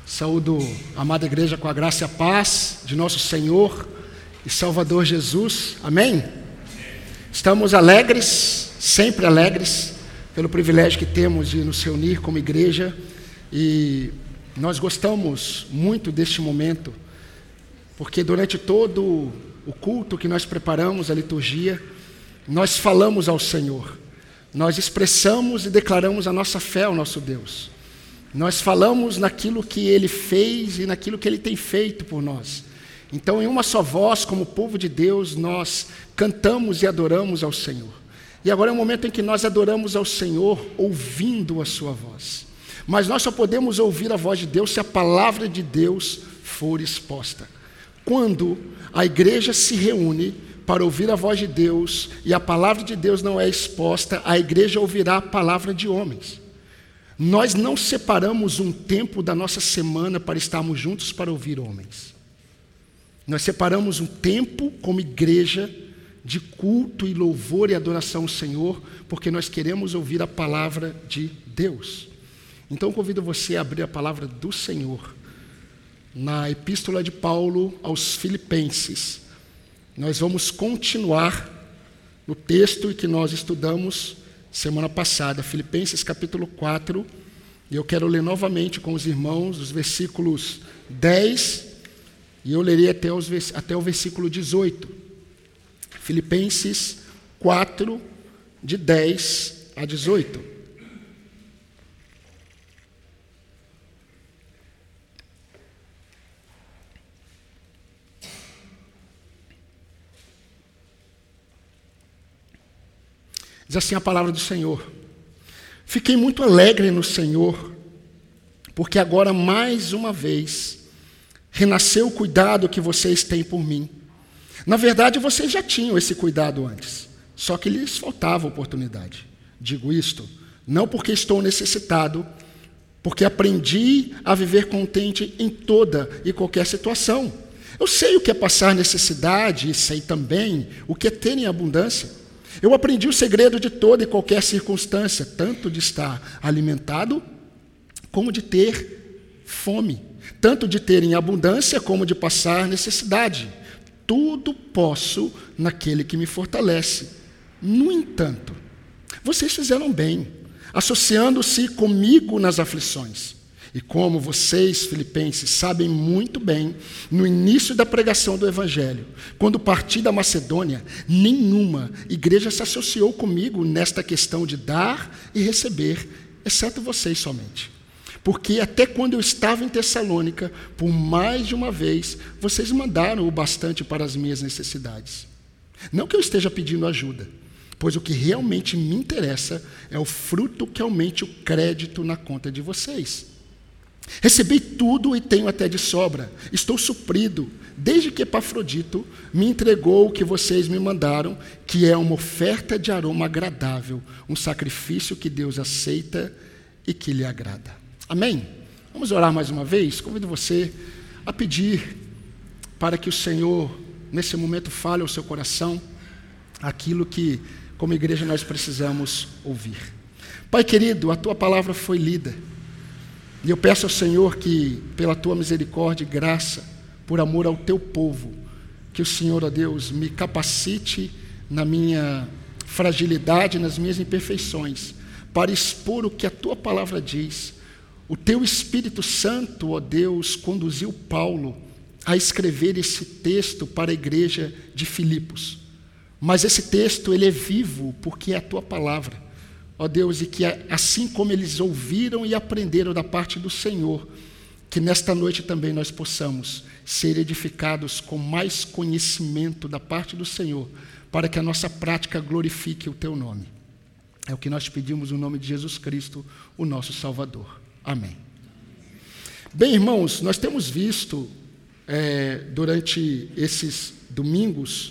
Saúdo a amada igreja com a graça e a paz de nosso Senhor e Salvador Jesus. Amém? Estamos alegres, sempre alegres, pelo privilégio que temos de nos reunir como igreja, e nós gostamos muito deste momento, porque durante todo o culto que nós preparamos, a liturgia, nós falamos ao Senhor, nós expressamos e declaramos a nossa fé ao nosso Deus. Nós falamos naquilo que Ele fez e naquilo que Ele tem feito por nós. Então, em uma só voz, como povo de Deus, nós cantamos e adoramos ao Senhor. E agora é o momento em que nós adoramos ao Senhor ouvindo a sua voz. Mas nós só podemos ouvir a voz de Deus se a palavra de Deus for exposta. Quando a igreja se reúne para ouvir a voz de Deus e a palavra de Deus não é exposta, a igreja ouvirá a palavra de homens. Nós não separamos um tempo da nossa semana para estarmos juntos para ouvir homens. Nós separamos um tempo como igreja de culto e louvor e adoração ao Senhor, porque nós queremos ouvir a palavra de Deus. Então convido você a abrir a palavra do Senhor na epístola de Paulo aos Filipenses. Nós vamos continuar no texto que nós estudamos semana passada, Filipenses capítulo 4, e eu quero ler novamente com os irmãos os versículos 10, e eu lerei até o versículo 18. Filipenses 4, de 10 a 18. Diz assim a palavra do Senhor: fiquei muito alegre no Senhor, porque agora mais uma vez renasceu o cuidado que vocês têm por mim. Na verdade, vocês já tinham esse cuidado antes, só que lhes faltava oportunidade. Digo isto, não porque estou necessitado, porque aprendi a viver contente em toda e qualquer situação. Eu sei o que é passar necessidade e sei também o que é ter em abundância. Eu aprendi o segredo de toda e qualquer circunstância, tanto de estar alimentado, como de ter fome, tanto de ter em abundância, como de passar necessidade. Tudo posso naquele que me fortalece. No entanto, vocês fizeram bem, associando-se comigo nas aflições. E como vocês, filipenses, sabem muito bem, no início da pregação do Evangelho, quando parti da Macedônia, nenhuma igreja se associou comigo nesta questão de dar e receber, exceto vocês somente. Porque até quando eu estava em Tessalônica, por mais de uma vez, vocês mandaram o bastante para as minhas necessidades. Não que eu esteja pedindo ajuda, pois o que realmente me interessa é o fruto que aumente o crédito na conta de vocês. Recebi tudo e tenho até de sobra. Estou suprido, desde que Epafrodito me entregou o que vocês me mandaram, que é uma oferta de aroma agradável, um sacrifício que Deus aceita e que lhe agrada. Amém? Vamos orar mais uma vez? Convido você a pedir para que o Senhor, nesse momento, fale ao seu coração aquilo que, como igreja, nós precisamos ouvir. Pai querido, a Tua palavra foi lida. E eu peço ao Senhor que, pela Tua misericórdia e graça, por amor ao Teu povo, que o Senhor, ó Deus, me capacite na minha fragilidade, nas minhas imperfeições, para expor o que a Tua palavra diz. O Teu Espírito Santo, ó Deus, conduziu Paulo a escrever esse texto para a igreja de Filipos. Mas esse texto, ele é vivo, porque é a Tua palavra. Ó Deus, e que assim como eles ouviram e aprenderam da parte do Senhor, que nesta noite também nós possamos ser edificados com mais conhecimento da parte do Senhor, para que a nossa prática glorifique o Teu nome. É o que nós pedimos no nome de Jesus Cristo, o nosso Salvador. Amém. Bem, irmãos, nós temos visto durante esses domingos,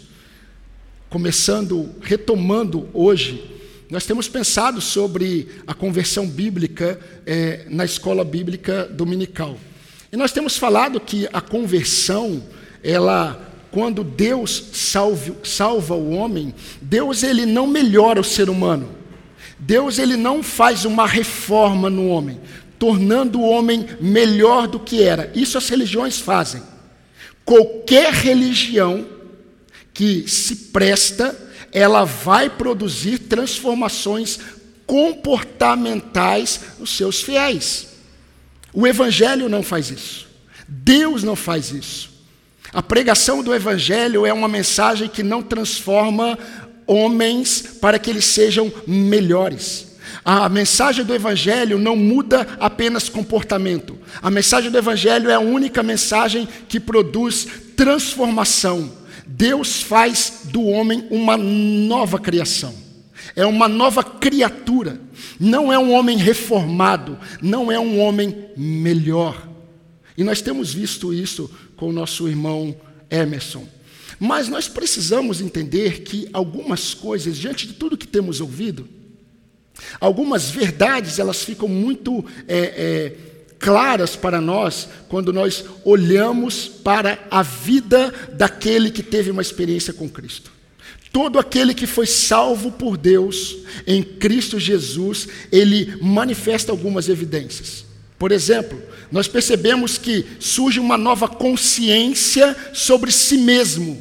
retomando hoje, nós temos pensado sobre a conversão bíblica na escola bíblica dominical. E nós temos falado que a conversão, quando Deus salva o homem, Deus ele não melhora o ser humano. Deus ele não faz uma reforma no homem. tornando o homem melhor do que era. Isso as religiões fazem. Qualquer religião que se presta, ela vai produzir transformações comportamentais nos seus fiéis. O Evangelho não faz isso. Deus não faz isso. A pregação do Evangelho é uma mensagem que não transforma homens para que eles sejam melhores. A mensagem do Evangelho não muda apenas comportamento. A mensagem do Evangelho é a única mensagem que produz transformação. Deus faz do homem uma nova criação. É uma nova criatura. Não é um homem reformado. Não é um homem melhor. E nós temos visto isso com o nosso irmão Emerson. Mas nós precisamos entender que algumas coisas, diante de tudo que temos ouvido, algumas verdades, elas ficam muito claras para nós quando nós olhamos para a vida daquele que teve uma experiência com Cristo. Todo aquele que foi salvo por Deus em Cristo Jesus, ele manifesta algumas evidências. Por exemplo, nós percebemos que surge uma nova consciência sobre si mesmo.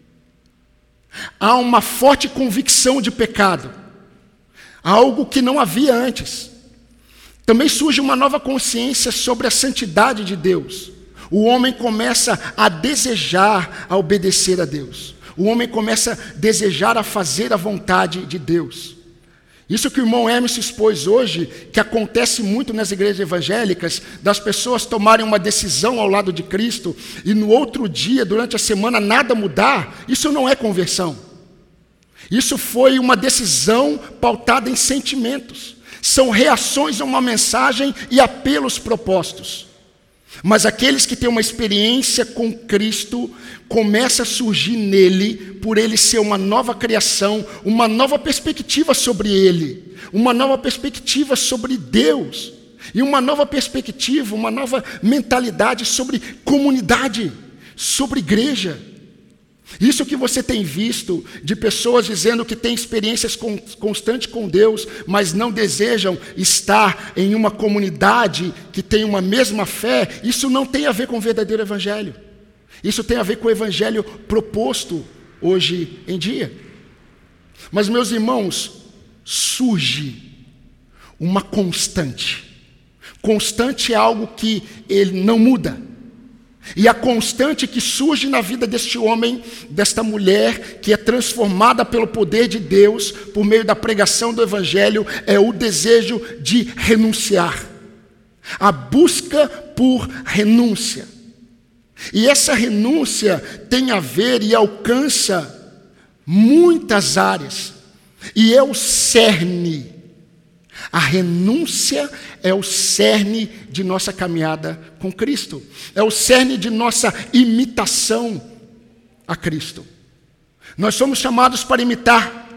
Há uma forte convicção de pecado, algo que não havia antes. Também surge uma nova consciência sobre a santidade de Deus. O homem começa a desejar a obedecer a Deus. O homem começa a desejar a fazer a vontade de Deus. Isso que o irmão Emerson expôs hoje, que acontece muito nas igrejas evangélicas, das pessoas tomarem uma decisão ao lado de Cristo e no outro dia, durante a semana, nada mudar, isso não é conversão. Isso foi uma decisão pautada em sentimentos. São reações a uma mensagem e apelos propostos. Mas aqueles que têm uma experiência com Cristo, começa a surgir nele, por ele ser uma nova criação, uma nova perspectiva sobre ele, uma nova perspectiva sobre Deus, e uma nova perspectiva, uma nova mentalidade sobre comunidade, sobre igreja. Isso que você tem visto de pessoas dizendo que têm experiências constantes com Deus, mas não desejam estar em uma comunidade que tem uma mesma fé, isso não tem a ver com o verdadeiro evangelho. Isso tem a ver com o evangelho proposto hoje em dia. Mas, meus irmãos, surge uma constante. Constante é algo que ele não muda. E a constante que surge na vida deste homem, desta mulher, que é transformada pelo poder de Deus, por meio da pregação do Evangelho, é o desejo de renunciar. A busca por renúncia. E essa renúncia tem a ver e alcança muitas áreas. E é o cerne. A renúncia é o cerne de nossa caminhada com Cristo. É o cerne de nossa imitação a Cristo. Nós somos chamados para imitar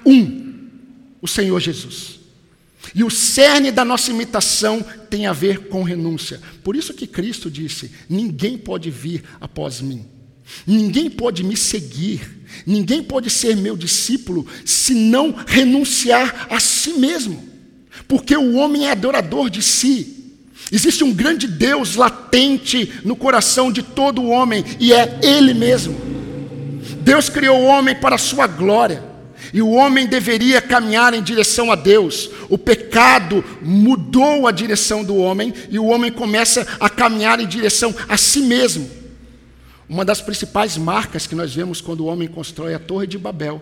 o Senhor Jesus. E o cerne da nossa imitação tem a ver com renúncia. Por isso que Cristo disse: ninguém pode vir após mim. Ninguém pode me seguir. Ninguém pode ser meu discípulo se não renunciar a si mesmo. Porque o homem é adorador de si. Existe um grande Deus latente no coração de todo homem, e é Ele mesmo. Deus criou o homem para a sua glória, e o homem deveria caminhar em direção a Deus. O pecado mudou a direção do homem, e o homem começa a caminhar em direção a si mesmo. Uma das principais marcas que nós vemos quando o homem constrói a Torre de Babel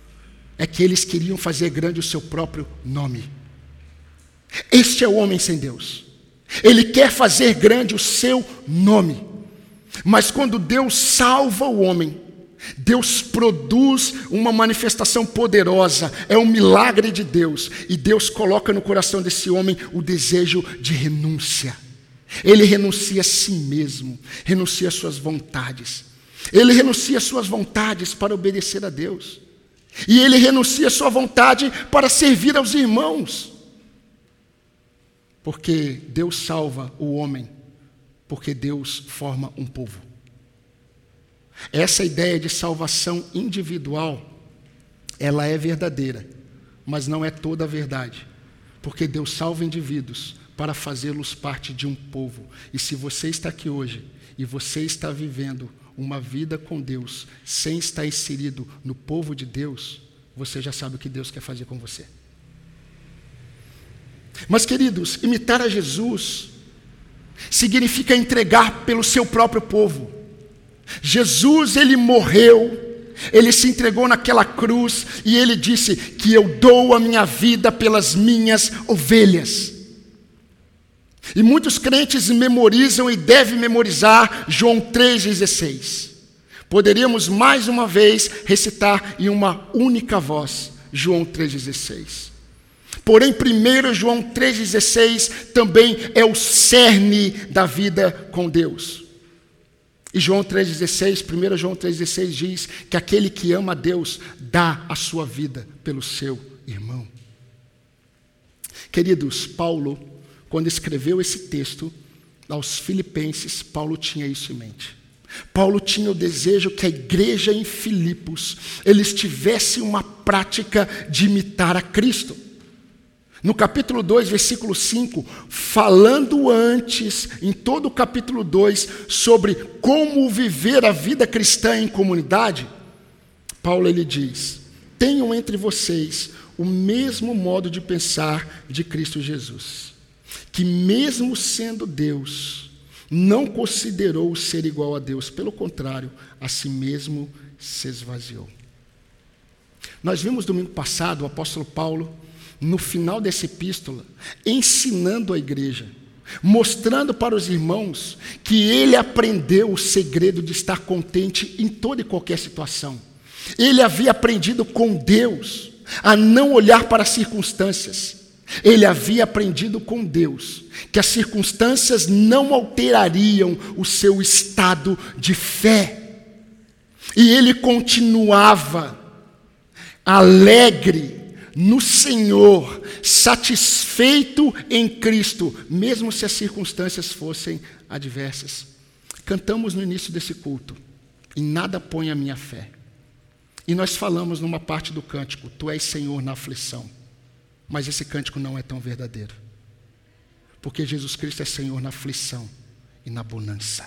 é que eles queriam fazer grande o seu próprio nome. Este é o homem sem Deus. Ele quer fazer grande o seu nome. Mas quando Deus salva o homem, Deus produz uma manifestação poderosa. É um milagre de Deus. E Deus coloca no coração desse homem o desejo de renúncia. Ele renuncia a si mesmo. Renuncia às suas vontades. Ele renuncia às suas vontades para obedecer a Deus. E ele renuncia à sua vontade para servir aos irmãos. Porque Deus salva o homem, porque Deus forma um povo. Essa ideia de salvação individual, ela é verdadeira, mas não é toda a verdade. Porque Deus salva indivíduos, para fazê-los parte de um povo. E se você está aqui hoje e você está vivendo uma vida com Deus sem estar inserido no povo de Deus, você já sabe o que Deus quer fazer com você. Mas, queridos, imitar a Jesus significa entregar pelo seu próprio povo. Jesus, ele morreu, ele se entregou naquela cruz e ele disse que eu dou a minha vida pelas minhas ovelhas. E muitos crentes memorizam e devem memorizar João 3,16. Poderíamos mais uma vez recitar em uma única voz João 3,16. Porém, 1 João 3,16 também é o cerne da vida com Deus. E João 3,16, 1 João 3,16 diz que aquele que ama a Deus dá a sua vida pelo seu irmão. Queridos, Paulo, quando escreveu esse texto aos Filipenses, Paulo tinha isso em mente. Paulo tinha o desejo que a igreja em Filipos, eles tivessem uma prática de imitar a Cristo. No capítulo 2, versículo 5, falando antes, em todo o capítulo 2, sobre como viver a vida cristã em comunidade, Paulo ele diz: tenham entre vocês o mesmo modo de pensar de Cristo Jesus, que mesmo sendo Deus, não considerou ser igual a Deus, pelo contrário, a si mesmo se esvaziou. Nós vimos domingo passado o apóstolo Paulo, no final dessa epístola, ensinando a igreja, mostrando para os irmãos que ele aprendeu o segredo de estar contente em toda e qualquer situação. Ele havia aprendido com Deus a não olhar para as circunstâncias. Ele havia aprendido com Deus que as circunstâncias não alterariam o seu estado de fé. E ele continuava alegre no Senhor, satisfeito em Cristo, mesmo se as circunstâncias fossem adversas. Cantamos no início desse culto: em nada põe a minha fé. E nós falamos numa parte do cântico: Tu és Senhor na aflição. Mas esse cântico não é tão verdadeiro, porque Jesus Cristo é Senhor na aflição e na bonança.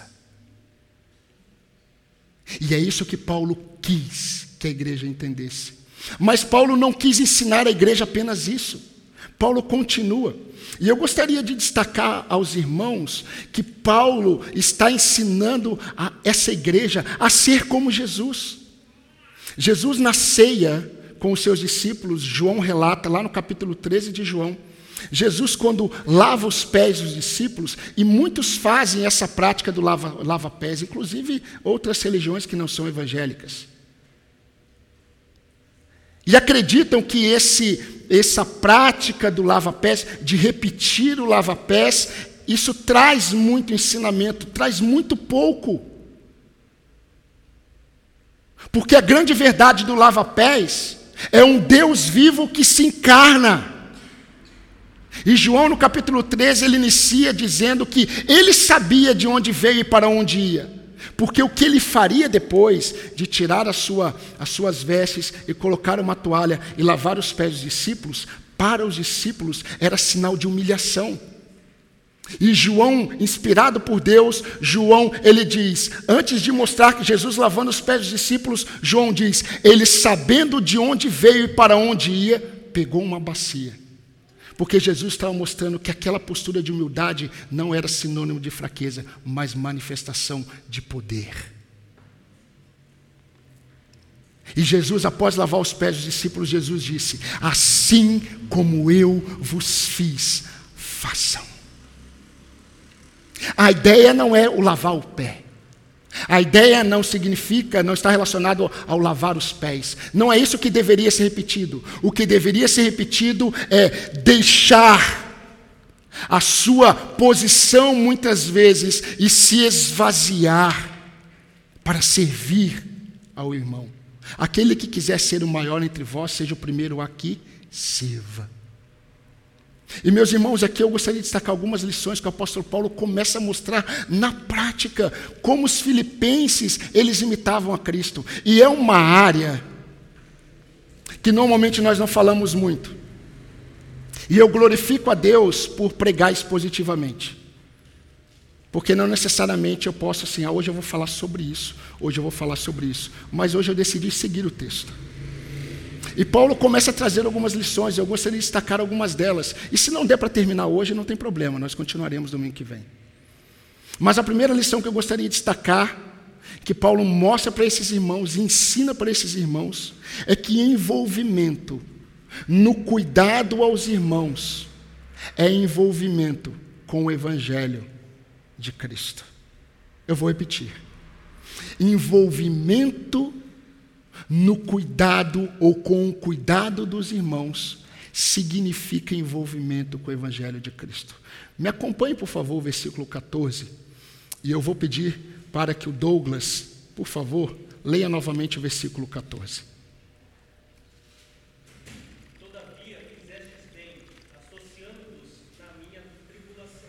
E é isso que Paulo quis que a igreja entendesse. Mas Paulo não quis ensinar a igreja apenas isso. Paulo continua. E eu gostaria de destacar aos irmãos que Paulo está ensinando a essa igreja a ser como Jesus. Jesus, na ceia com os seus discípulos, João relata lá no capítulo 13 de João, Jesus, quando lava os pés dos discípulos, e muitos fazem essa prática do lava-pés, inclusive outras religiões que não são evangélicas. E acreditam que essa prática do lava-pés, de repetir o lava-pés, isso traz muito ensinamento, traz muito pouco. Porque a grande verdade do lava-pés é um Deus vivo que se encarna. E João, no capítulo 13, ele inicia dizendo que ele sabia de onde veio e para onde ia. Porque o que ele faria depois de tirar as suas vestes e colocar uma toalha e lavar os pés dos discípulos, para os discípulos era sinal de humilhação. E João, inspirado por Deus, João, ele diz, antes de mostrar que Jesus lavando os pés dos discípulos, João diz, ele sabendo de onde veio e para onde ia, pegou uma bacia. Porque Jesus estava mostrando que aquela postura de humildade não era sinônimo de fraqueza, mas manifestação de poder. E Jesus, após lavar os pés dos discípulos, Jesus disse, assim como eu vos fiz, façam. A ideia não é o lavar o pé. A ideia não está relacionado ao lavar os pés. Não é isso que deveria ser repetido. O que deveria ser repetido é deixar a sua posição muitas vezes e se esvaziar para servir ao irmão. Aquele que quiser ser o maior entre vós, seja o primeiro aqui, sirva. E meus irmãos, aqui eu gostaria de destacar algumas lições que o apóstolo Paulo começa a mostrar na prática, como os filipenses, eles imitavam a Cristo. E é uma área que normalmente nós não falamos muito. E eu glorifico a Deus por pregar expositivamente. Porque não necessariamente eu posso assim, hoje eu vou falar sobre isso, hoje eu vou falar sobre isso. Mas hoje eu decidi seguir o texto. E Paulo começa a trazer algumas lições, eu gostaria de destacar algumas delas. E se não der para terminar hoje, não tem problema, nós continuaremos domingo que vem. Mas a primeira lição que eu gostaria de destacar, que Paulo mostra para esses irmãos e ensina para esses irmãos, é que envolvimento no cuidado aos irmãos é envolvimento com o Evangelho de Cristo. Eu vou repetir. Envolvimento no cuidado ou com o cuidado dos irmãos significa envolvimento com o Evangelho de Cristo. Me acompanhe, por favor, o versículo 14. E eu vou pedir para que o Douglas, por favor, leia novamente o versículo 14. Todavia fizestes bem, associando-vos na minha tribulação.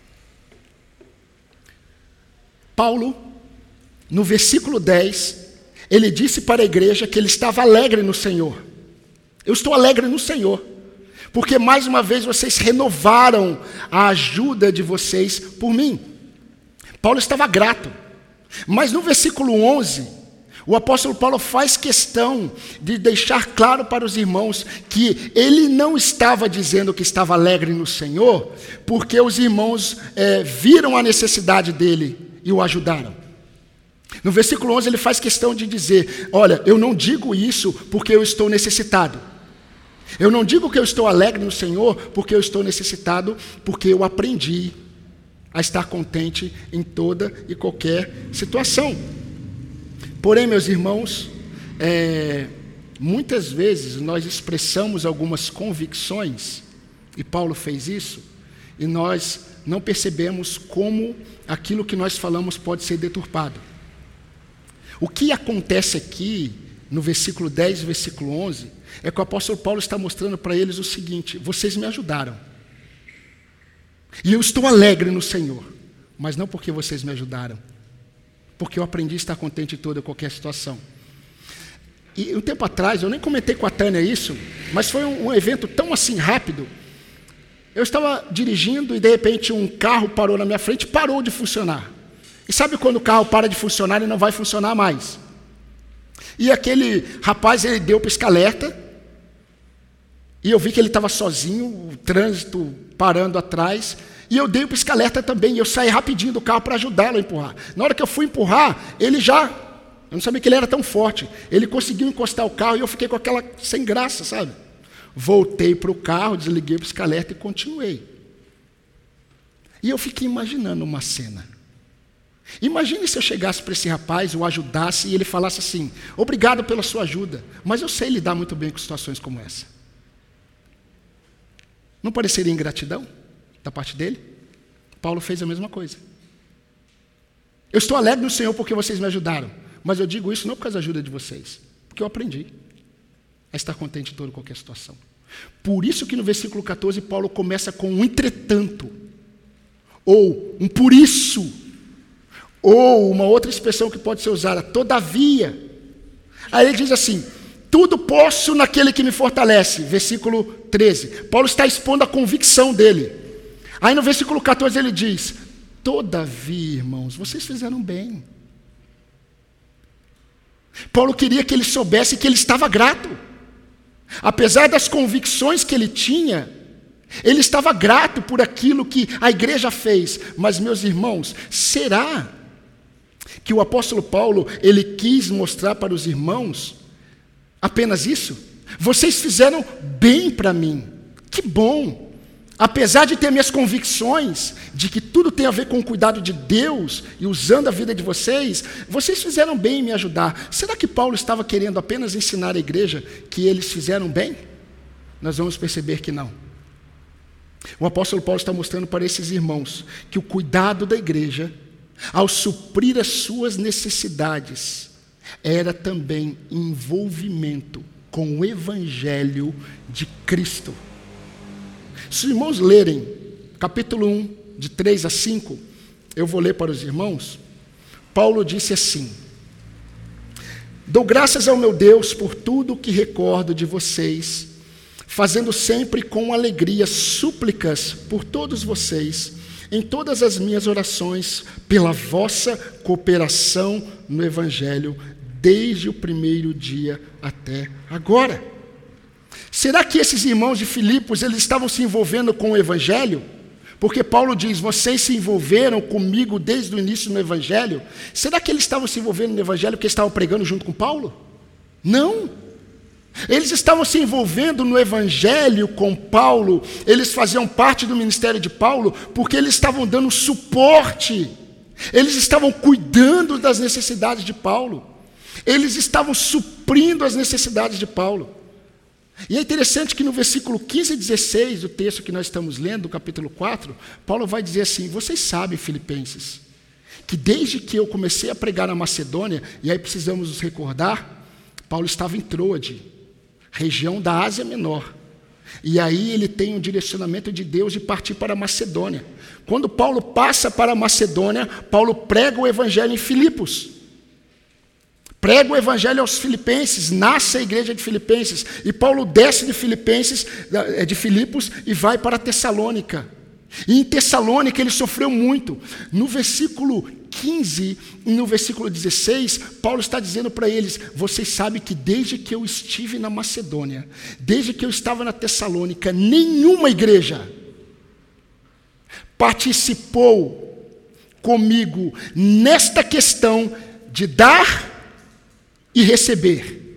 Paulo, no versículo 10, ele disse para a igreja que ele estava alegre no Senhor. Eu estou alegre no Senhor, porque mais uma vez vocês renovaram a ajuda de vocês por mim. Paulo estava grato. Mas no versículo 11, o apóstolo Paulo faz questão de deixar claro para os irmãos que ele não estava dizendo que estava alegre no Senhor, porque os irmãos viram a necessidade dele e o ajudaram. No versículo 11 ele faz questão de dizer, olha, eu não digo isso porque eu estou necessitado. Eu não digo que eu estou alegre no Senhor porque eu estou necessitado, porque eu aprendi a estar contente em toda e qualquer situação. Porém, meus irmãos, muitas vezes nós expressamos algumas convicções, e Paulo fez isso, e nós não percebemos como aquilo que nós falamos pode ser deturpado. O que acontece aqui, no versículo 10 e versículo 11, é que o apóstolo Paulo está mostrando para eles o seguinte: vocês me ajudaram. E eu estou alegre no Senhor, mas não porque vocês me ajudaram, porque eu aprendi a estar contente em toda e qualquer situação. E um tempo atrás, eu nem comentei com a Tânia isso, mas foi um evento tão assim rápido. Eu estava dirigindo e de repente um carro parou na minha frente e parou de funcionar. E sabe quando o carro para de funcionar e não vai funcionar mais? E aquele rapaz, ele deu pisca-alerta, e eu vi que ele estava sozinho, o trânsito parando atrás, e eu dei o pisca-alerta também, e eu saí rapidinho do carro para ajudá-lo a empurrar. Na hora que eu fui empurrar, eu não sabia que ele era tão forte, ele conseguiu encostar o carro e eu fiquei com aquela sem graça, sabe? Voltei para o carro, desliguei o pisca-alerta e continuei. E eu fiquei imaginando uma cena. Imagine se eu chegasse para esse rapaz, o ajudasse e ele falasse assim: obrigado pela sua ajuda, mas eu sei lidar muito bem com situações como essa. Não pareceria ingratidão da parte dele? Paulo fez a mesma coisa. Eu estou alegre no Senhor porque vocês me ajudaram, mas eu digo isso não por causa da ajuda de vocês, porque eu aprendi a estar contente em toda e qualquer situação. Por isso que no versículo 14 Paulo começa com um entretanto, ou um por isso, ou uma outra expressão que pode ser usada, todavia. Aí ele diz assim: tudo posso naquele que me fortalece. Versículo 13. Paulo está expondo a convicção dele. Aí no versículo 14 ele diz: todavia, irmãos, vocês fizeram bem. Paulo queria que ele soubesse que ele estava grato. Apesar das convicções que ele tinha, ele estava grato por aquilo que a igreja fez. Mas, meus irmãos, será que o apóstolo Paulo, ele quis mostrar para os irmãos apenas isso? Vocês fizeram bem para mim, que bom. Apesar de ter minhas convicções de que tudo tem a ver com o cuidado de Deus e usando a vida de vocês, vocês fizeram bem em me ajudar. Será que Paulo estava querendo apenas ensinar a igreja que eles fizeram bem? Nós vamos perceber que não. O apóstolo Paulo está mostrando para esses irmãos que o cuidado da igreja, ao suprir as suas necessidades, era também envolvimento com o Evangelho de Cristo. Se os irmãos lerem capítulo 1, de 3 a 5, eu vou ler para os irmãos. Paulo disse assim: dou graças ao meu Deus por tudo o que recordo de vocês, fazendo sempre com alegria súplicas por todos vocês, em todas as minhas orações, pela vossa cooperação no Evangelho, desde o primeiro dia até agora. Será que esses irmãos de Filipos, eles estavam se envolvendo com o Evangelho? Porque Paulo diz, vocês se envolveram comigo desde o início no Evangelho. Será que eles estavam se envolvendo no Evangelho porque estavam pregando junto com Paulo? Não. Eles estavam se envolvendo no Evangelho com Paulo, eles faziam parte do ministério de Paulo, porque eles estavam dando suporte, eles estavam cuidando das necessidades de Paulo, eles estavam suprindo as necessidades de Paulo. E é interessante que no versículo 15 e 16 do texto que nós estamos lendo, do capítulo 4, Paulo vai dizer assim, vocês sabem, filipenses, que desde que eu comecei a pregar na Macedônia, e aí precisamos nos recordar, Paulo estava em Troade, região da Ásia Menor. E aí ele tem um direcionamento de Deus de partir para a Macedônia. Quando Paulo passa para a Macedônia, Paulo prega o evangelho em Filipos. Prega o evangelho aos filipenses, nasce a igreja de Filipenses. E Paulo desce de Filipos e vai para Tessalônica. E em Tessalônica ele sofreu muito. No versículo 15 e no versículo 16, Paulo está dizendo para eles, vocês sabem que desde que eu estive na Macedônia, desde que eu estava na Tessalônica, nenhuma igreja participou comigo nesta questão de dar e receber.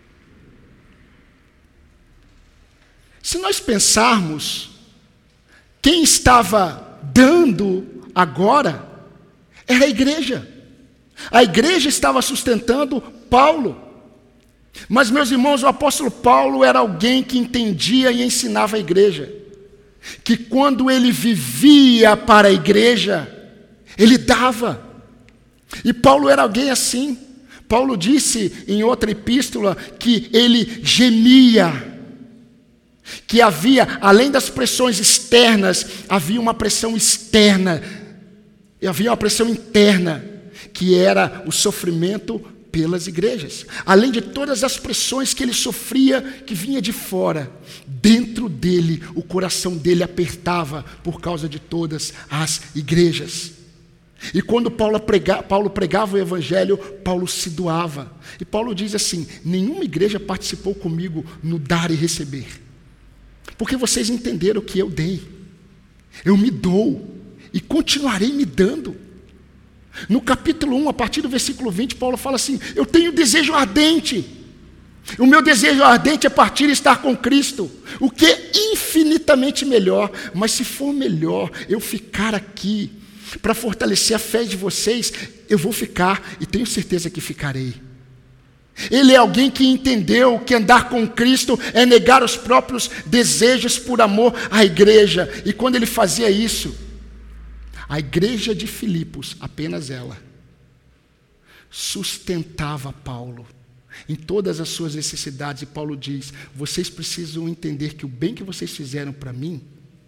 Se nós pensarmos, quem estava dando agora era a igreja. A igreja estava sustentando Paulo. Mas, meus irmãos, o apóstolo Paulo era alguém que entendia e ensinava a igreja, que quando ele vivia para a igreja, ele dava. E Paulo era alguém assim. Paulo disse em outra epístola que ele gemia, que havia, além das pressões externas, havia uma pressão externa, e havia uma pressão interna, que era o sofrimento pelas igrejas. Além de todas as pressões que ele sofria, que vinha de fora, dentro dele, o coração dele apertava por causa de todas as igrejas. E quando Paulo pregava o evangelho, Paulo se doava. E Paulo diz assim, nenhuma igreja participou comigo no dar e receber. Porque vocês entenderam que eu dei. Eu me dou. E continuarei me dando. No capítulo 1, a partir do versículo 20, Paulo fala assim, eu tenho desejo ardente. O meu desejo ardente é partir e estar com Cristo. O que é infinitamente melhor. Mas se for melhor eu ficar aqui, para fortalecer a fé de vocês, eu vou ficar e tenho certeza que ficarei. Ele é alguém que entendeu que andar com Cristo é negar os próprios desejos por amor à igreja. E quando ele fazia isso, a igreja de Filipos, apenas ela, sustentava Paulo em todas as suas necessidades. E Paulo diz, vocês precisam entender que o bem que vocês fizeram para mim,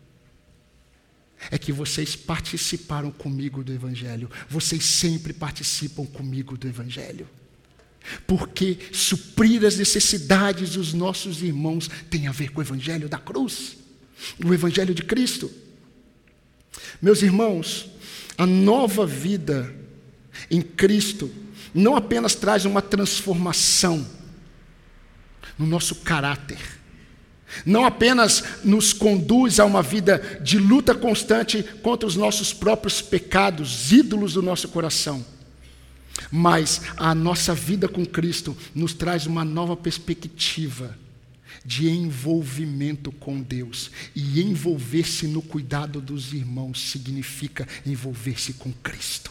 é que vocês participaram comigo do evangelho. Vocês sempre participam comigo do evangelho. Porque suprir as necessidades dos nossos irmãos tem a ver com o evangelho da cruz, o evangelho de Cristo. Meus irmãos, a nova vida em Cristo não apenas traz uma transformação no nosso caráter, não apenas nos conduz a uma vida de luta constante contra os nossos próprios pecados, ídolos do nosso coração, mas a nossa vida com Cristo nos traz uma nova perspectiva de envolvimento com Deus. E envolver-se no cuidado dos irmãos significa envolver-se com Cristo.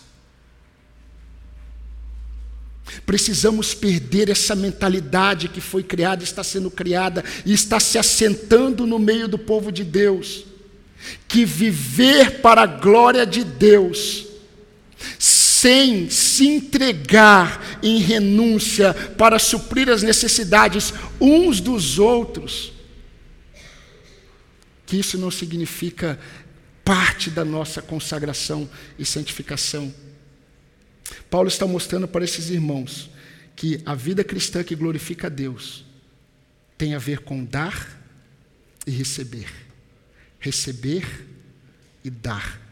Precisamos perder essa mentalidade que foi criada, está sendo criada e está se assentando no meio do povo de Deus, que viver para a glória de Deus, sem se entregar em renúncia para suprir as necessidades uns dos outros, que isso não significa parte da nossa consagração e santificação. Paulo está mostrando para esses irmãos que a vida cristã que glorifica a Deus tem a ver com dar e receber. Receber e dar.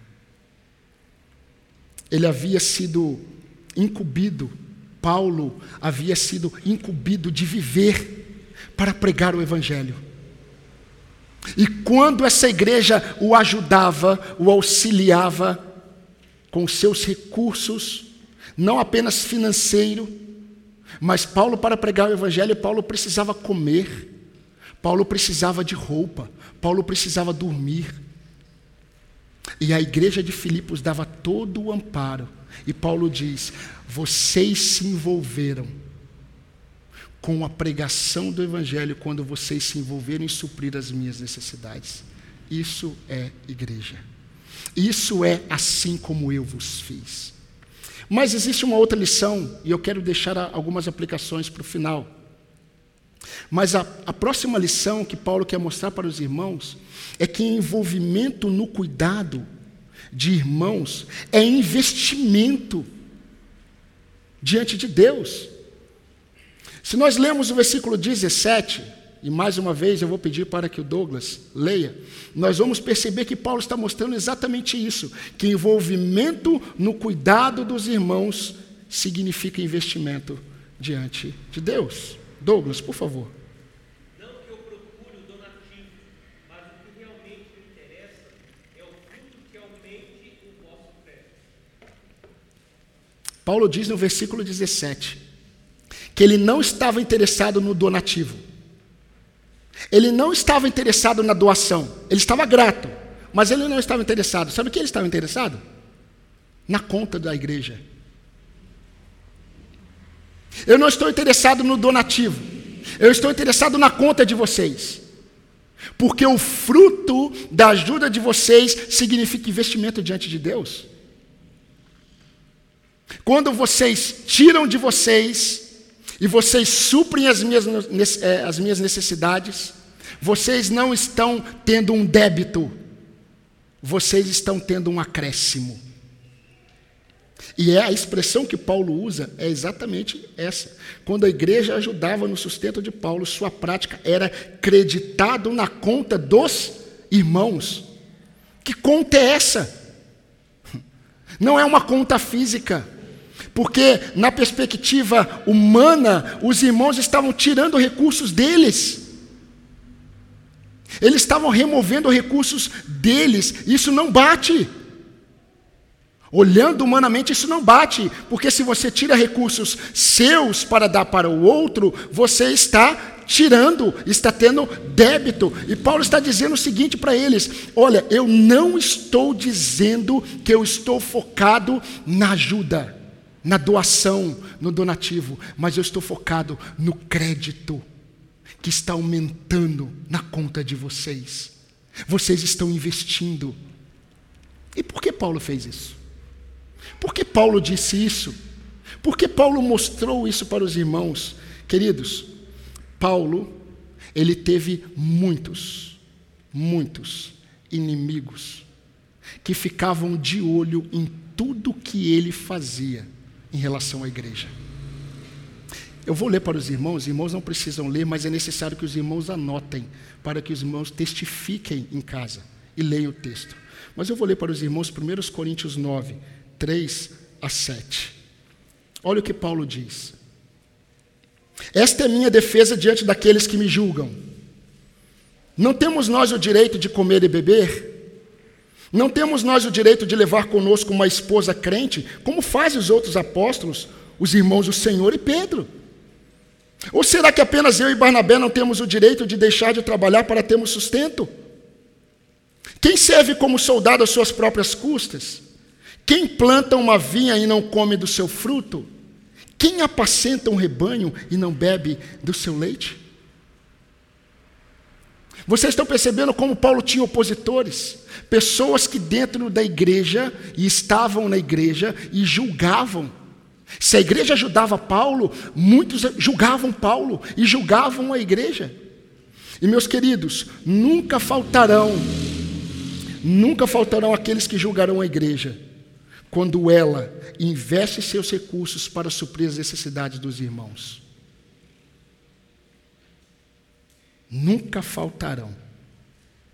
Ele havia sido incumbido, Paulo havia sido incumbido de viver para pregar o Evangelho. E quando essa igreja o ajudava, o auxiliava com seus recursos, não apenas financeiro, mas Paulo, para pregar o Evangelho, Paulo precisava comer, Paulo precisava de roupa, Paulo precisava dormir. E a igreja de Filipos dava todo o amparo. E Paulo diz: vocês se envolveram com a pregação do Evangelho quando vocês se envolveram em suprir as minhas necessidades. Isso é igreja. Isso é assim como eu vos fiz. Mas existe uma outra lição, e eu quero deixar algumas aplicações para o final. Mas a próxima lição que Paulo quer mostrar para os irmãos é que envolvimento no cuidado de irmãos é investimento diante de Deus. Se nós lemos o versículo 17, e mais uma vez eu vou pedir para que o Douglas leia, nós vamos perceber que Paulo está mostrando exatamente isso, que envolvimento no cuidado dos irmãos significa investimento diante de Deus. Douglas, por favor. Não que eu procure o donativo, mas o que realmente me interessa é o fruto que aumente o vosso crédito. Paulo diz no versículo 17 que ele não estava interessado no donativo. Ele não estava interessado na doação. Ele estava grato, mas ele não estava interessado. Sabe o que ele estava interessado? Na conta da igreja. Eu não estou interessado no donativo. Eu estou interessado na conta de vocês. Porque o fruto da ajuda de vocês significa investimento diante de Deus. Quando vocês tiram de vocês e vocês suprem as minhas necessidades, vocês não estão tendo um débito, vocês estão tendo um acréscimo. E a expressão que Paulo usa é exatamente essa. Quando a igreja ajudava no sustento de Paulo, sua prática era creditado na conta dos irmãos. Que conta é essa? Não é uma conta física. Porque na perspectiva humana, os irmãos estavam tirando recursos deles. Eles estavam removendo recursos deles. Isso não bate. Olhando humanamente, isso não bate, porque se você tira recursos seus para dar para o outro, você está tirando, está tendo débito. E Paulo está dizendo o seguinte para eles: olha, eu não estou dizendo que eu estou focado na ajuda, na doação, no donativo, mas eu estou focado no crédito que está aumentando na conta de vocês. Vocês estão investindo. E por que Paulo fez isso? Por que Paulo disse isso? Por que Paulo mostrou isso para os irmãos? Queridos, Paulo, ele teve muitos inimigos que ficavam de olho em tudo que ele fazia em relação à igreja. Eu vou ler para os irmãos não precisam ler, mas é necessário que os irmãos anotem, para que os irmãos testifiquem em casa e leiam o texto. Mas eu vou ler para os irmãos 1 Coríntios 9, 3 a 7. Olha o que Paulo diz. Esta é minha defesa diante daqueles que me julgam. Não temos nós o direito de comer e beber? Não temos nós o direito de levar conosco uma esposa crente, como fazem os outros apóstolos, os irmãos do Senhor e Pedro? Ou será que apenas eu e Barnabé não temos o direito de deixar de trabalhar para termos sustento? Quem serve como soldado às suas próprias custas? Quem planta uma vinha e não come do seu fruto? Quem apacenta um rebanho e não bebe do seu leite? Vocês estão percebendo como Paulo tinha opositores? Pessoas que dentro da igreja, e estavam na igreja, e julgavam. Se a igreja ajudava Paulo, muitos julgavam Paulo e julgavam a igreja. E meus queridos, nunca faltarão aqueles que julgarão a igreja, quando ela investe seus recursos para suprir as necessidades dos irmãos. Nunca faltarão.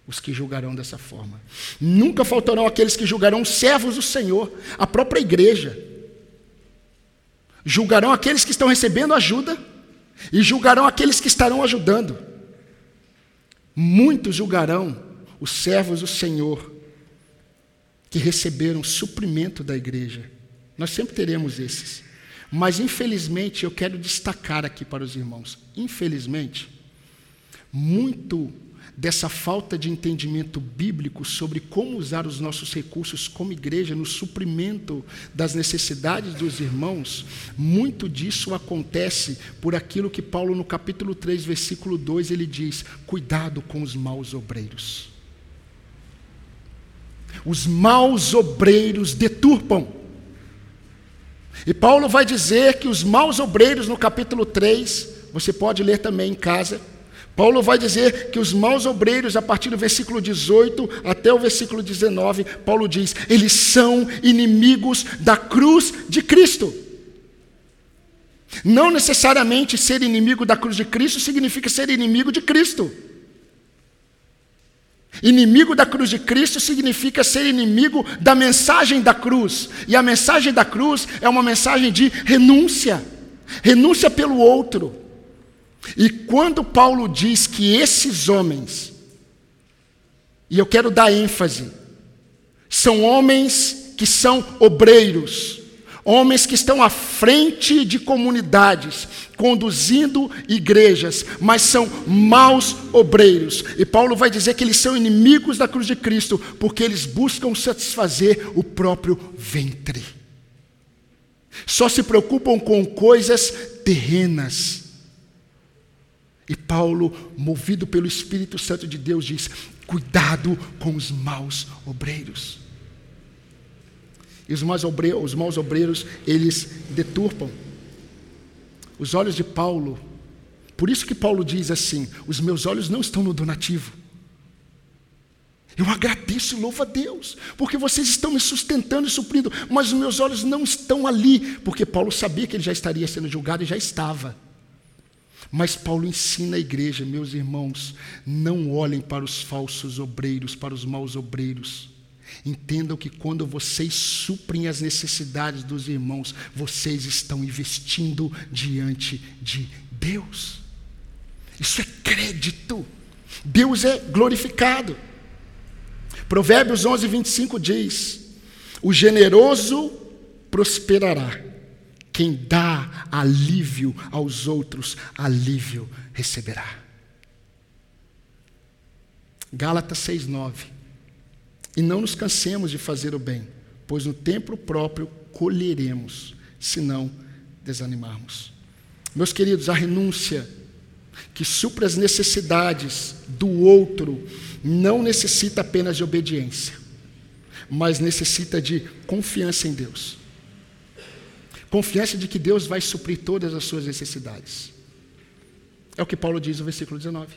os que julgarão dessa forma. Nunca faltarão aqueles que julgarão os servos do Senhor, a própria igreja. Julgarão aqueles que estão recebendo ajuda e julgarão aqueles que estarão ajudando. Muitos julgarão os servos do Senhor que receberam suprimento da igreja. Nós sempre teremos esses. Mas, infelizmente, eu quero destacar aqui para os irmãos, infelizmente, muito dessa falta de entendimento bíblico sobre como usar os nossos recursos como igreja no suprimento das necessidades dos irmãos, muito disso acontece por aquilo que Paulo, no capítulo 3, versículo 2, ele diz: cuidado com os maus obreiros. Os maus obreiros deturpam. E Paulo vai dizer que os maus obreiros, no capítulo 3, você pode ler também em casa, Paulo vai dizer que os maus obreiros, a partir do versículo 18 até o versículo 19, Paulo diz, eles são inimigos da cruz de Cristo. Não necessariamente ser inimigo da cruz de Cristo significa ser inimigo de Cristo. Inimigo da cruz de Cristo significa ser inimigo da mensagem da cruz. E a mensagem da cruz é uma mensagem de renúncia. Renúncia pelo outro. E quando Paulo diz que esses homens, e eu quero dar ênfase, são homens que são obreiros, homens que estão à frente de comunidades, conduzindo igrejas, mas são maus obreiros. E Paulo vai dizer que eles são inimigos da cruz de Cristo, porque eles buscam satisfazer o próprio ventre. Só se preocupam com coisas terrenas. E Paulo, movido pelo Espírito Santo de Deus, diz, cuidado com os maus obreiros. E os maus obreiros, eles deturpam. Os olhos de Paulo, por isso que Paulo diz assim, os meus olhos não estão no donativo. Eu agradeço e louvo a Deus, porque vocês estão me sustentando e suprindo, mas os meus olhos não estão ali, porque Paulo sabia que ele já estaria sendo julgado e já estava. Mas Paulo ensina a igreja, meus irmãos, não olhem para os falsos obreiros, para os maus obreiros. Entendam que quando vocês suprem as necessidades dos irmãos, vocês estão investindo diante de Deus. Isso é crédito. Deus é glorificado. Provérbios 11, 25 diz, o generoso prosperará. Quem dá alívio aos outros, alívio receberá. Gálatas 6:9. E não nos cansemos de fazer o bem, pois no tempo próprio colheremos, se não desanimarmos. Meus queridos, a renúncia que supra as necessidades do outro não necessita apenas de obediência, mas necessita de confiança em Deus. Confiança de que Deus vai suprir todas as suas necessidades. É o que Paulo diz no versículo 19.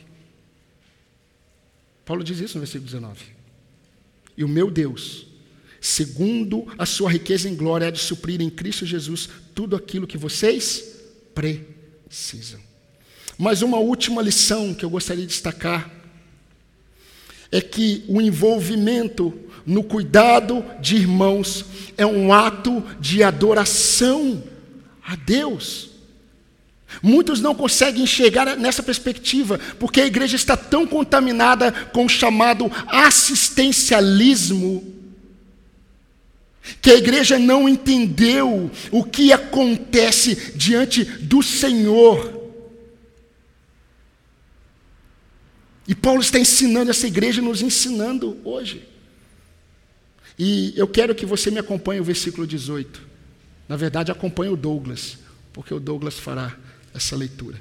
Paulo diz isso no versículo 19. E o meu Deus, segundo a sua riqueza em glória, há de suprir em Cristo Jesus tudo aquilo que vocês precisam. Mas uma última lição que eu gostaria de destacar é que o envolvimento no cuidado de irmãos é um ato de adoração a Deus. Muitos não conseguem enxergar nessa perspectiva, porque a igreja está tão contaminada com o chamado assistencialismo, que a igreja não entendeu o que acontece diante do Senhor. E Paulo está ensinando essa igreja, nos ensinando hoje. E eu quero que você me acompanhe o versículo 18. Na verdade, acompanhe o Douglas, porque o Douglas fará essa leitura.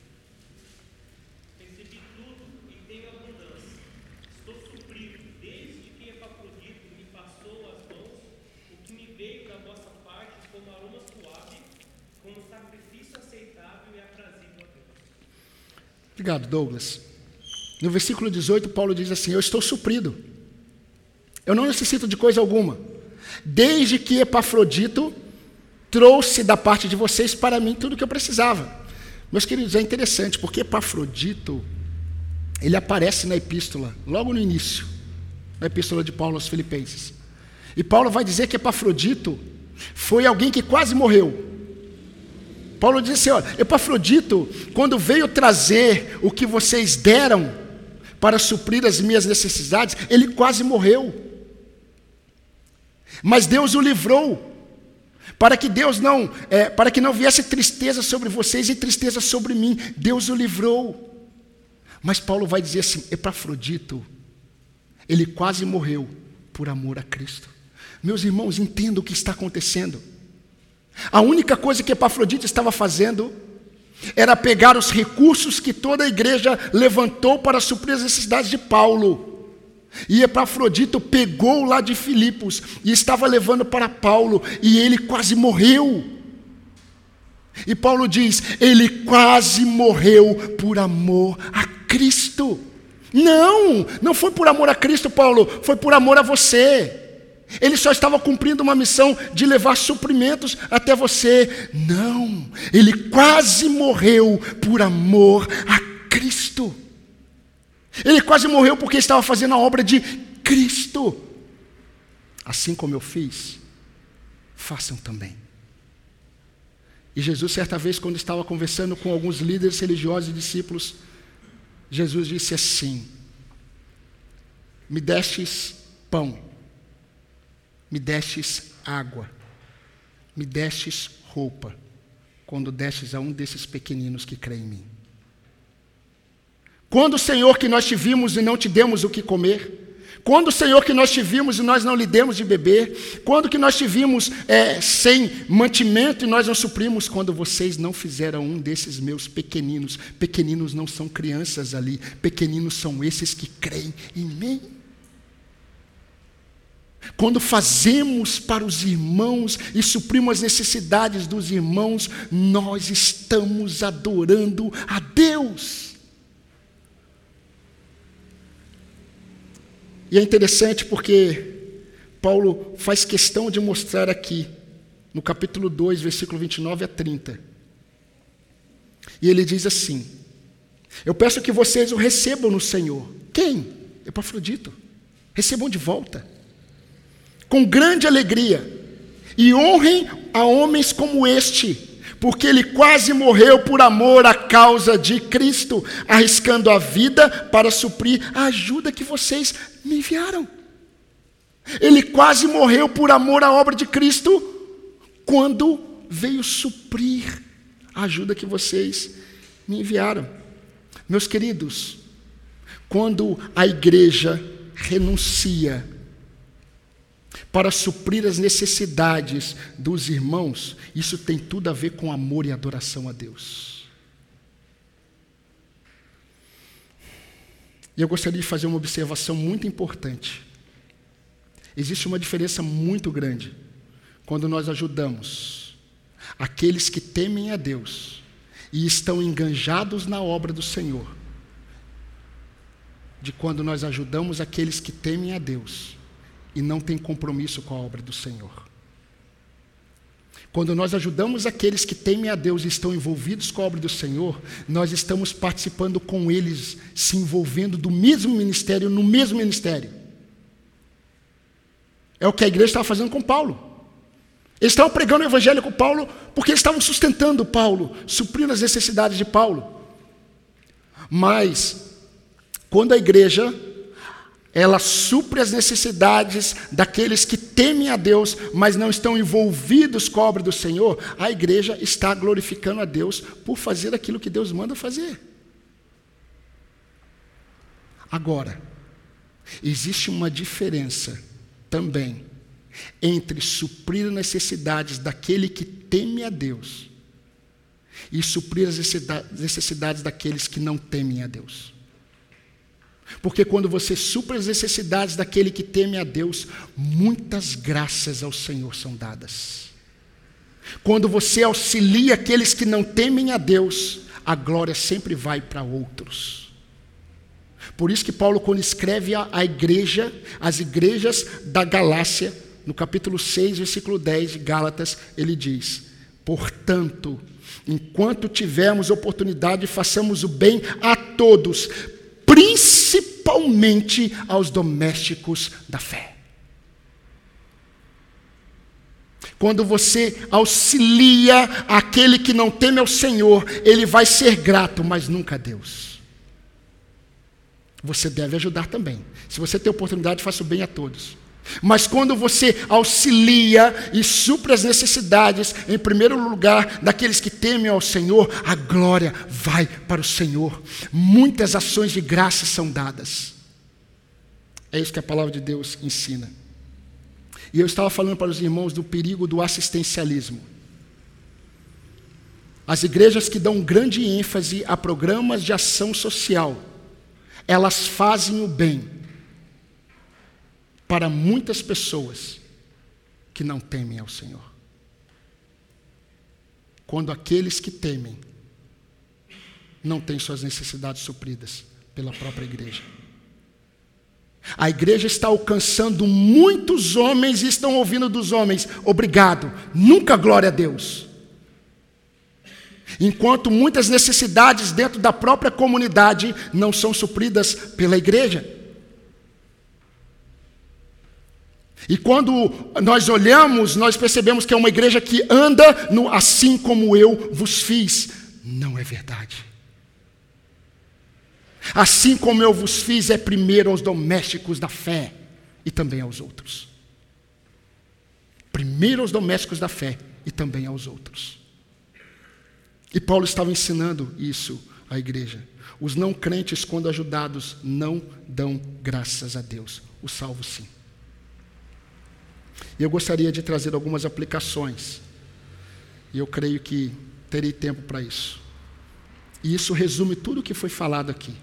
Recebi tudo e tenho abundância. Estou suprido, desde que Epafrodito me passou as mãos, o que me veio da vossa parte como aroma suave, como sacrifício aceitável e aprazível a Deus. Obrigado, Douglas. No versículo 18, Paulo diz assim, eu estou suprido. Eu não necessito de coisa alguma. Desde que Epafrodito trouxe da parte de vocês para mim tudo o que eu precisava. Meus queridos, é interessante, porque Epafrodito ele aparece na epístola, logo no início, na epístola de Paulo aos Filipenses. E Paulo vai dizer que Epafrodito foi alguém que quase morreu. Paulo diz assim, olha, Epafrodito, quando veio trazer o que vocês deram para suprir as minhas necessidades, ele quase morreu. Mas Deus o livrou, para que não viesse tristeza sobre vocês e tristeza sobre mim. Deus o livrou. Mas Paulo vai dizer assim, Epafrodito, ele quase morreu por amor a Cristo. Meus irmãos, entendam o que está acontecendo. A única coisa que Epafrodito estava fazendo era pegar os recursos que toda a igreja levantou para suprir as necessidades de Paulo. E Epafrodito pegou lá de Filipos e estava levando para Paulo, e ele quase morreu. E Paulo diz, ele quase morreu por amor a Cristo. Não foi por amor a Cristo, Paulo, foi por amor a você. Ele só estava cumprindo uma missão de levar suprimentos até você. Não, ele quase morreu por amor a Cristo. Ele quase morreu porque estava fazendo a obra de Cristo. Assim como eu fiz, façam também. E Jesus, certa vez, quando estava conversando com alguns líderes religiosos e discípulos, Jesus disse assim, me destes pão, me destes água, me destes roupa, quando destes a um desses pequeninos que crê em mim. Quando, Senhor, que nós te vimos e não te demos o que comer? Quando, Senhor, que nós te vimos e nós não lhe demos de beber? Quando que nós te vimos sem mantimento e nós não suprimos? Quando vocês não fizeram um desses meus pequeninos. Pequeninos não são crianças ali, pequeninos são esses que creem em mim. Quando fazemos para os irmãos e suprimos as necessidades dos irmãos, nós estamos adorando a Deus. E é interessante porque Paulo faz questão de mostrar aqui, no capítulo 2, versículo 29 a 30. E ele diz assim, eu peço que vocês o recebam no Senhor. Quem? Epafrodito. Recebam de volta. Com grande alegria. E honrem a homens como este, porque ele quase morreu por amor à causa de Cristo, arriscando a vida para suprir a ajuda que vocês me enviaram. Ele quase morreu por amor à obra de Cristo, quando veio suprir a ajuda que vocês me enviaram. Meus queridos, quando a igreja renuncia para suprir as necessidades dos irmãos, isso tem tudo a ver com amor e adoração a Deus. E eu gostaria de fazer uma observação muito importante. Existe uma diferença muito grande quando nós ajudamos aqueles que temem a Deus e estão enganjados na obra do Senhor, de quando nós ajudamos aqueles que temem a Deus e não tem compromisso com a obra do Senhor. Quando nós ajudamos aqueles que temem a Deus e estão envolvidos com a obra do Senhor, nós estamos participando com eles, se envolvendo do mesmo ministério, no mesmo ministério. É o que a igreja estava fazendo com Paulo. Eles estavam pregando o evangelho com Paulo, porque eles estavam sustentando Paulo, suprindo as necessidades de Paulo. Mas, quando a igreja ela supre as necessidades daqueles que temem a Deus, mas não estão envolvidos com a obra do Senhor, a igreja está glorificando a Deus por fazer aquilo que Deus manda fazer. Agora, existe uma diferença também entre suprir as necessidades daquele que teme a Deus e suprir as necessidades daqueles que não temem a Deus. Porque quando você supre as necessidades daquele que teme a Deus, muitas graças ao Senhor são dadas. Quando você auxilia aqueles que não temem a Deus, a glória sempre vai para outros. Por isso que Paulo, quando escreve a igreja, as igrejas da Galácia, no capítulo 6, versículo 10 de Gálatas, ele diz: portanto, enquanto tivermos oportunidade, façamos o bem a todos, principalmente principalmente aos domésticos da fé. Quando você auxilia aquele que não teme ao Senhor, ele vai ser grato, mas nunca a Deus. Você deve ajudar também. Se você tem oportunidade, faça o bem a todos. Mas quando você auxilia e supre as necessidades, em primeiro lugar, daqueles que temem ao Senhor, a glória vai para o Senhor. Muitas ações de graça são dadas. É isso que a palavra de Deus ensina. E eu estava falando para os irmãos do perigo do assistencialismo. As igrejas que dão grande ênfase a programas de ação social, elas fazem o bem para muitas pessoas que não temem ao Senhor. Quando aqueles que temem não têm suas necessidades supridas pela própria igreja. A igreja está alcançando muitos homens e estão ouvindo dos homens, obrigado, nunca glória a Deus. Enquanto muitas necessidades dentro da própria comunidade não são supridas pela igreja. E quando nós olhamos, nós percebemos que é uma igreja que anda no assim como eu vos fiz. Não é verdade. Assim como eu vos fiz é primeiro aos domésticos da fé e também aos outros. Primeiro aos domésticos da fé e também aos outros. E Paulo estava ensinando isso à igreja. Os não crentes, quando ajudados, não dão graças a Deus. Os salvos sim. E eu gostaria de trazer algumas aplicações. E eu creio que terei tempo para isso. E isso resume tudo o que foi falado aqui.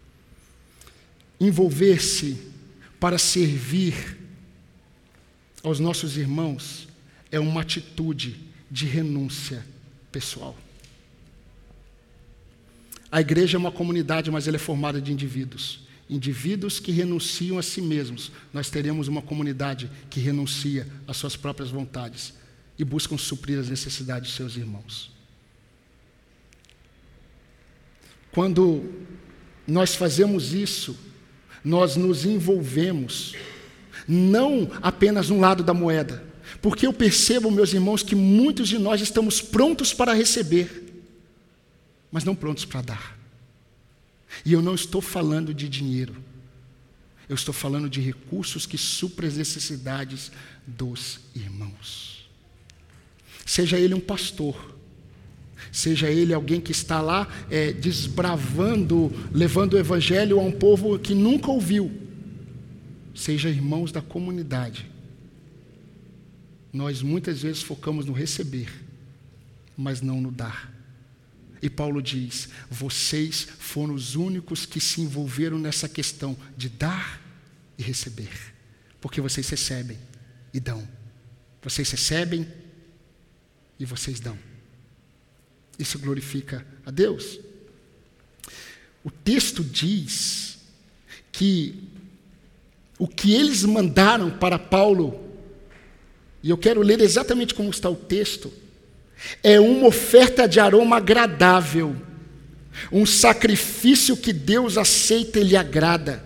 Envolver-se para servir aos nossos irmãos é uma atitude de renúncia pessoal. A igreja é uma comunidade, mas ela é formada de indivíduos. Indivíduos que renunciam a si mesmos. Nós teremos uma comunidade que renuncia às suas próprias vontades e buscam suprir as necessidades de seus irmãos. Quando nós fazemos isso, nós nos envolvemos, não apenas um lado da moeda, porque eu percebo, meus irmãos, que muitos de nós estamos prontos para receber, mas não prontos para dar. E eu não estou falando de dinheiro, eu estou falando de recursos que suprem as necessidades dos irmãos. Seja ele um pastor, seja ele alguém que está lá desbravando, levando o evangelho a um povo que nunca ouviu, seja irmãos da comunidade. Nós muitas vezes focamos no receber, mas não no dar. E Paulo diz, vocês foram os únicos que se envolveram nessa questão de dar e receber. Porque vocês recebem e dão. Vocês recebem e vocês dão. Isso glorifica a Deus. O texto diz que o que eles mandaram para Paulo, e eu quero ler exatamente como está o texto, é uma oferta de aroma agradável, um sacrifício que Deus aceita e lhe agrada.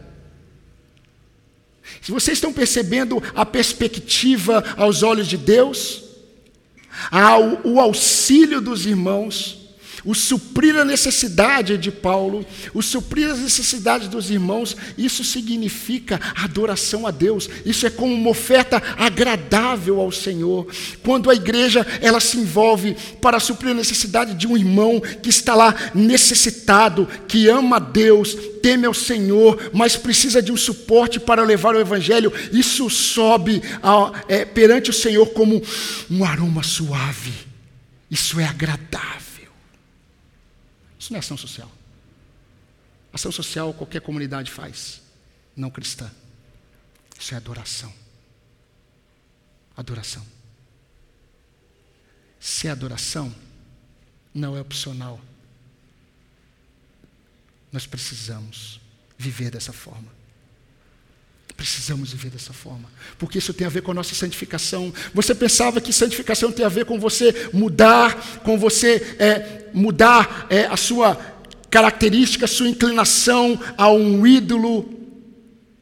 Se vocês estão percebendo a perspectiva aos olhos de Deus, o auxílio dos irmãos, o suprir a necessidade de Paulo, o suprir as necessidades dos irmãos, isso significa adoração a Deus. Isso é como uma oferta agradável ao Senhor. Quando a igreja ela se envolve para suprir a necessidade de um irmão que está lá necessitado, que ama a Deus, teme ao Senhor, mas precisa de um suporte para levar o evangelho, isso sobe perante o Senhor como um aroma suave. Isso é agradável. Isso não é ação social. Ação social qualquer comunidade faz, não cristã. Isso é adoração. Adoração. Se é adoração, não é opcional. Nós precisamos viver dessa forma. Precisamos viver dessa forma. Porque isso tem a ver com a nossa santificação. Você pensava que santificação tem a ver com você mudar, mudar a sua característica, a sua inclinação a um ídolo.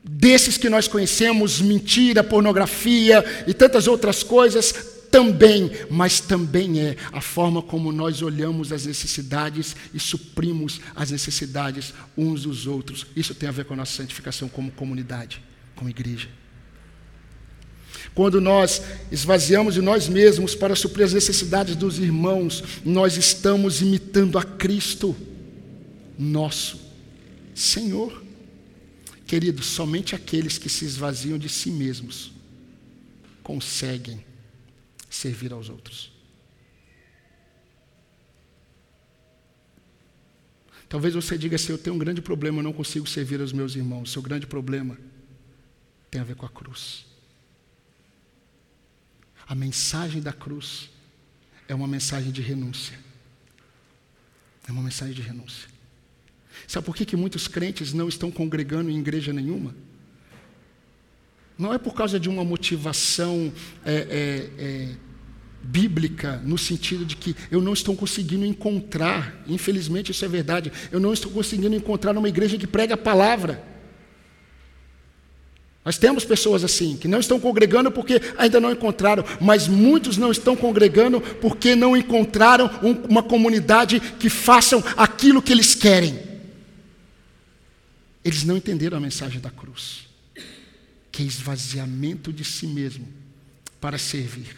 desses que nós conhecemos, mentira, pornografia e tantas outras coisas, também, mas também é a forma como nós olhamos as necessidades e suprimos as necessidades uns dos outros. Isso tem a ver com a nossa santificação como comunidade, como igreja. Quando nós esvaziamos de nós mesmos para suprir as necessidades dos irmãos, nós estamos imitando a Cristo, nosso Senhor. Queridos, somente aqueles que se esvaziam de si mesmos conseguem servir aos outros. Talvez você diga assim: eu tenho um grande problema, eu não consigo servir aos meus irmãos. Seu grande problema tem a ver com a cruz. A mensagem da cruz é uma mensagem de renúncia. É uma mensagem de renúncia. Sabe por que muitos crentes não estão congregando em igreja nenhuma? Não é por causa de uma motivação bíblica, no sentido de que eu não estou conseguindo encontrar, infelizmente isso é verdade, eu não estou conseguindo encontrar uma igreja que prega a palavra. Nós temos pessoas assim, que não estão congregando porque ainda não encontraram, mas muitos não estão congregando porque não encontraram uma comunidade que façam aquilo que eles querem. Eles não entenderam a mensagem da cruz, que é esvaziamento de si mesmo para servir.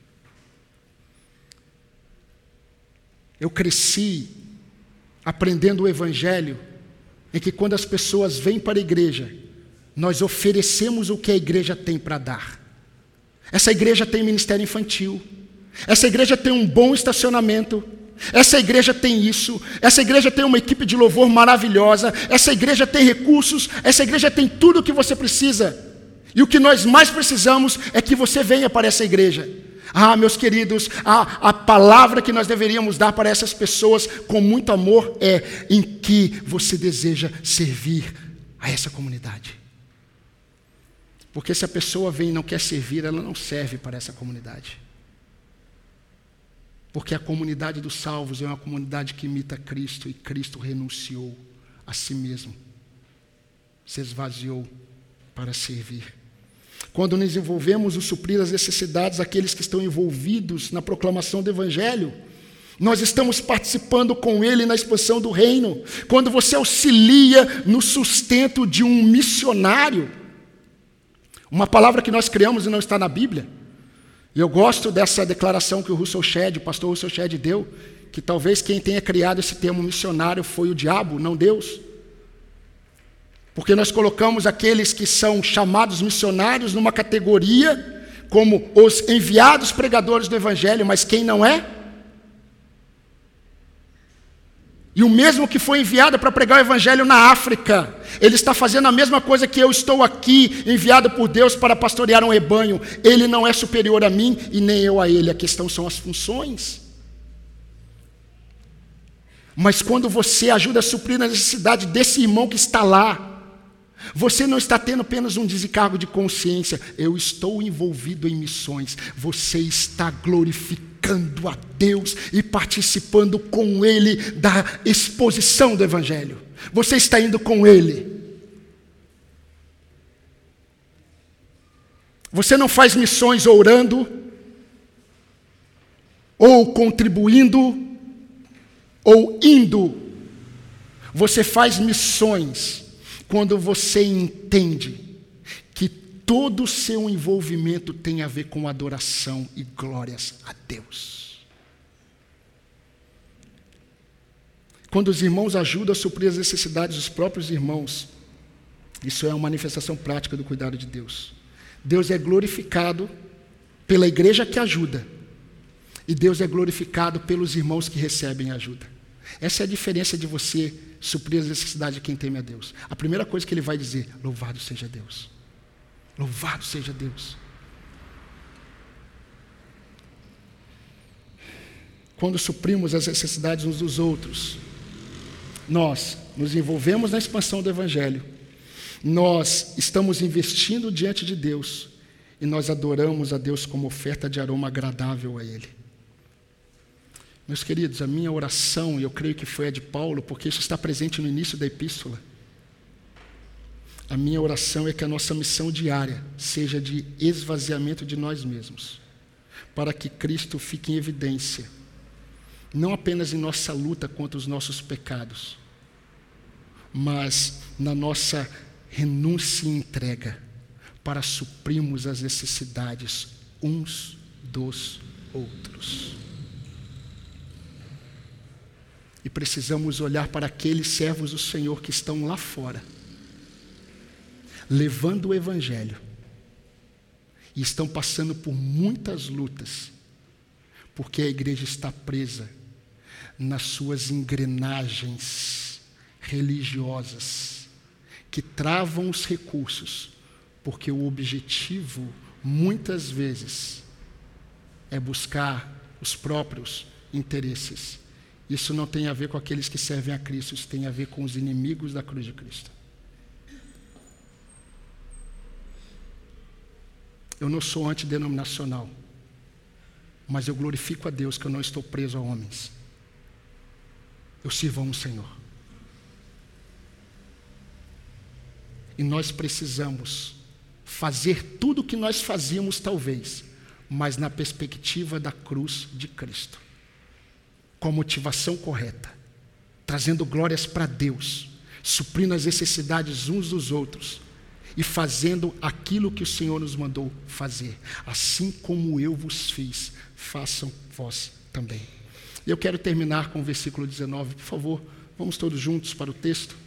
Eu cresci aprendendo o Evangelho, em que quando as pessoas vêm para a igreja, nós oferecemos o que a igreja tem para dar. Essa igreja tem ministério infantil, essa igreja tem um bom estacionamento, essa igreja tem isso, essa igreja tem uma equipe de louvor maravilhosa, essa igreja tem recursos, essa igreja tem tudo o que você precisa. E o que nós mais precisamos é que você venha para essa igreja. Ah, meus queridos, a palavra que nós deveríamos dar para essas pessoas com muito amor é em que você deseja servir a essa comunidade. Porque se a pessoa vem e não quer servir, ela não serve para essa comunidade. Porque a comunidade dos salvos é uma comunidade que imita Cristo, e Cristo renunciou a si mesmo, se esvaziou para servir. Quando nos envolvemos em suprir as necessidades daqueles que estão envolvidos na proclamação do Evangelho, nós estamos participando com ele na expansão do reino. Quando você auxilia no sustento de um missionário, uma palavra que nós criamos e não está na Bíblia. E eu gosto dessa declaração que o pastor Russell Shedd deu, que talvez quem tenha criado esse termo missionário foi o diabo, não Deus. Porque nós colocamos aqueles que são chamados missionários numa categoria como os enviados pregadores do Evangelho, mas quem não é? E o mesmo que foi enviado para pregar o Evangelho na África, ele está fazendo a mesma coisa que eu estou aqui, enviado por Deus para pastorear um rebanho. Ele não é superior a mim e nem eu a ele. A questão são as funções. Mas quando você ajuda a suprir a necessidade desse irmão que está lá, você não está tendo apenas um desencargo de consciência. Eu estou envolvido em missões. Você está glorificando a Deus e participando com Ele da exposição do Evangelho. Você está indo com Ele. Você não faz missões orando, ou contribuindo, ou indo. Você faz missões quando você entende que todo o seu envolvimento tem a ver com adoração e glórias a Deus. Quando os irmãos ajudam a suprir as necessidades dos próprios irmãos, isso é uma manifestação prática do cuidado de Deus. Deus é glorificado pela igreja que ajuda, e Deus é glorificado pelos irmãos que recebem ajuda. Essa é a diferença de você suprir as necessidades de quem teme a Deus. A primeira coisa que ele vai dizer: louvado seja Deus. Louvado seja Deus. Quando suprimos as necessidades uns dos outros, nós nos envolvemos na expansão do Evangelho, nós estamos investindo diante de Deus e nós adoramos a Deus como oferta de aroma agradável a Ele. Meus queridos, a minha oração, e eu creio que foi a de Paulo, porque isso está presente no início da epístola. A minha oração é que a nossa missão diária seja de esvaziamento de nós mesmos, para que Cristo fique em evidência, não apenas em nossa luta contra os nossos pecados, mas na nossa renúncia e entrega para suprirmos as necessidades uns dos outros. E precisamos olhar para aqueles servos do Senhor que estão lá fora, levando o Evangelho, e estão passando por muitas lutas, porque a igreja está presa nas suas engrenagens religiosas, que travam os recursos, porque o objetivo, muitas vezes, é buscar os próprios interesses. Isso não tem a ver com aqueles que servem a Cristo, isso tem a ver com os inimigos da cruz de Cristo. Eu não sou antidenominacional, mas eu glorifico a Deus que eu não estou preso a homens. Eu sirvo a um Senhor. E nós precisamos fazer tudo o que nós fazíamos talvez, mas na perspectiva da cruz de Cristo, com a motivação correta, trazendo glórias para Deus, suprindo as necessidades uns dos outros e fazendo aquilo que o Senhor nos mandou fazer. Assim como eu vos fiz, façam vós também. Eu quero terminar com o versículo 19, por favor, vamos todos juntos para o texto.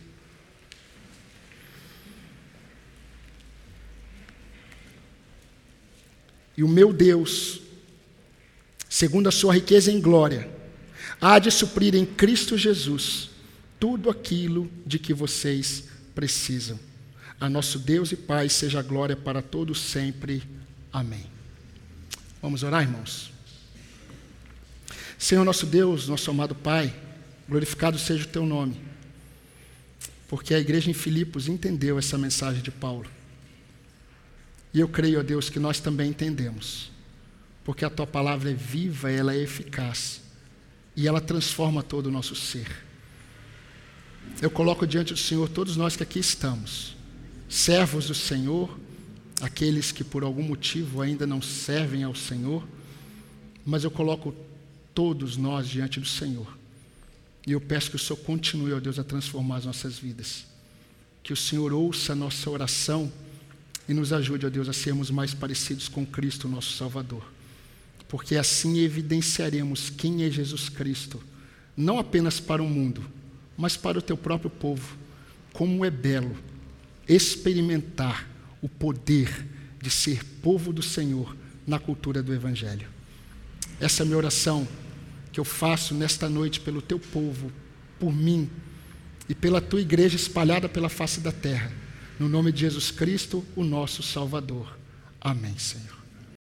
E o meu Deus, segundo a sua riqueza em glória, há de suprir em Cristo Jesus tudo aquilo de que vocês precisam. A nosso Deus e Pai seja a glória para todos sempre. Amém. Vamos orar, irmãos? Senhor nosso Deus, nosso amado Pai, glorificado seja o teu nome, porque a igreja em Filipos entendeu essa mensagem de Paulo. E eu creio, ó Deus, que nós também entendemos, porque a tua palavra é viva, ela é eficaz, e ela transforma todo o nosso ser. Eu coloco diante do Senhor todos nós que aqui estamos, servos do Senhor, aqueles que por algum motivo ainda não servem ao Senhor, mas eu coloco todos nós diante do Senhor. E eu peço que o Senhor continue, ó Deus, a transformar as nossas vidas. Que o Senhor ouça a nossa oração e nos ajude, ó Deus, a sermos mais parecidos com Cristo, nosso Salvador. Porque assim evidenciaremos quem é Jesus Cristo, não apenas para o mundo, mas para o teu próprio povo. Como é belo experimentar o poder de ser povo do Senhor na cultura do Evangelho. Essa é a minha oração que eu faço nesta noite pelo teu povo, por mim e pela tua igreja espalhada pela face da terra. No nome de Jesus Cristo, o nosso Salvador. Amém, Senhor.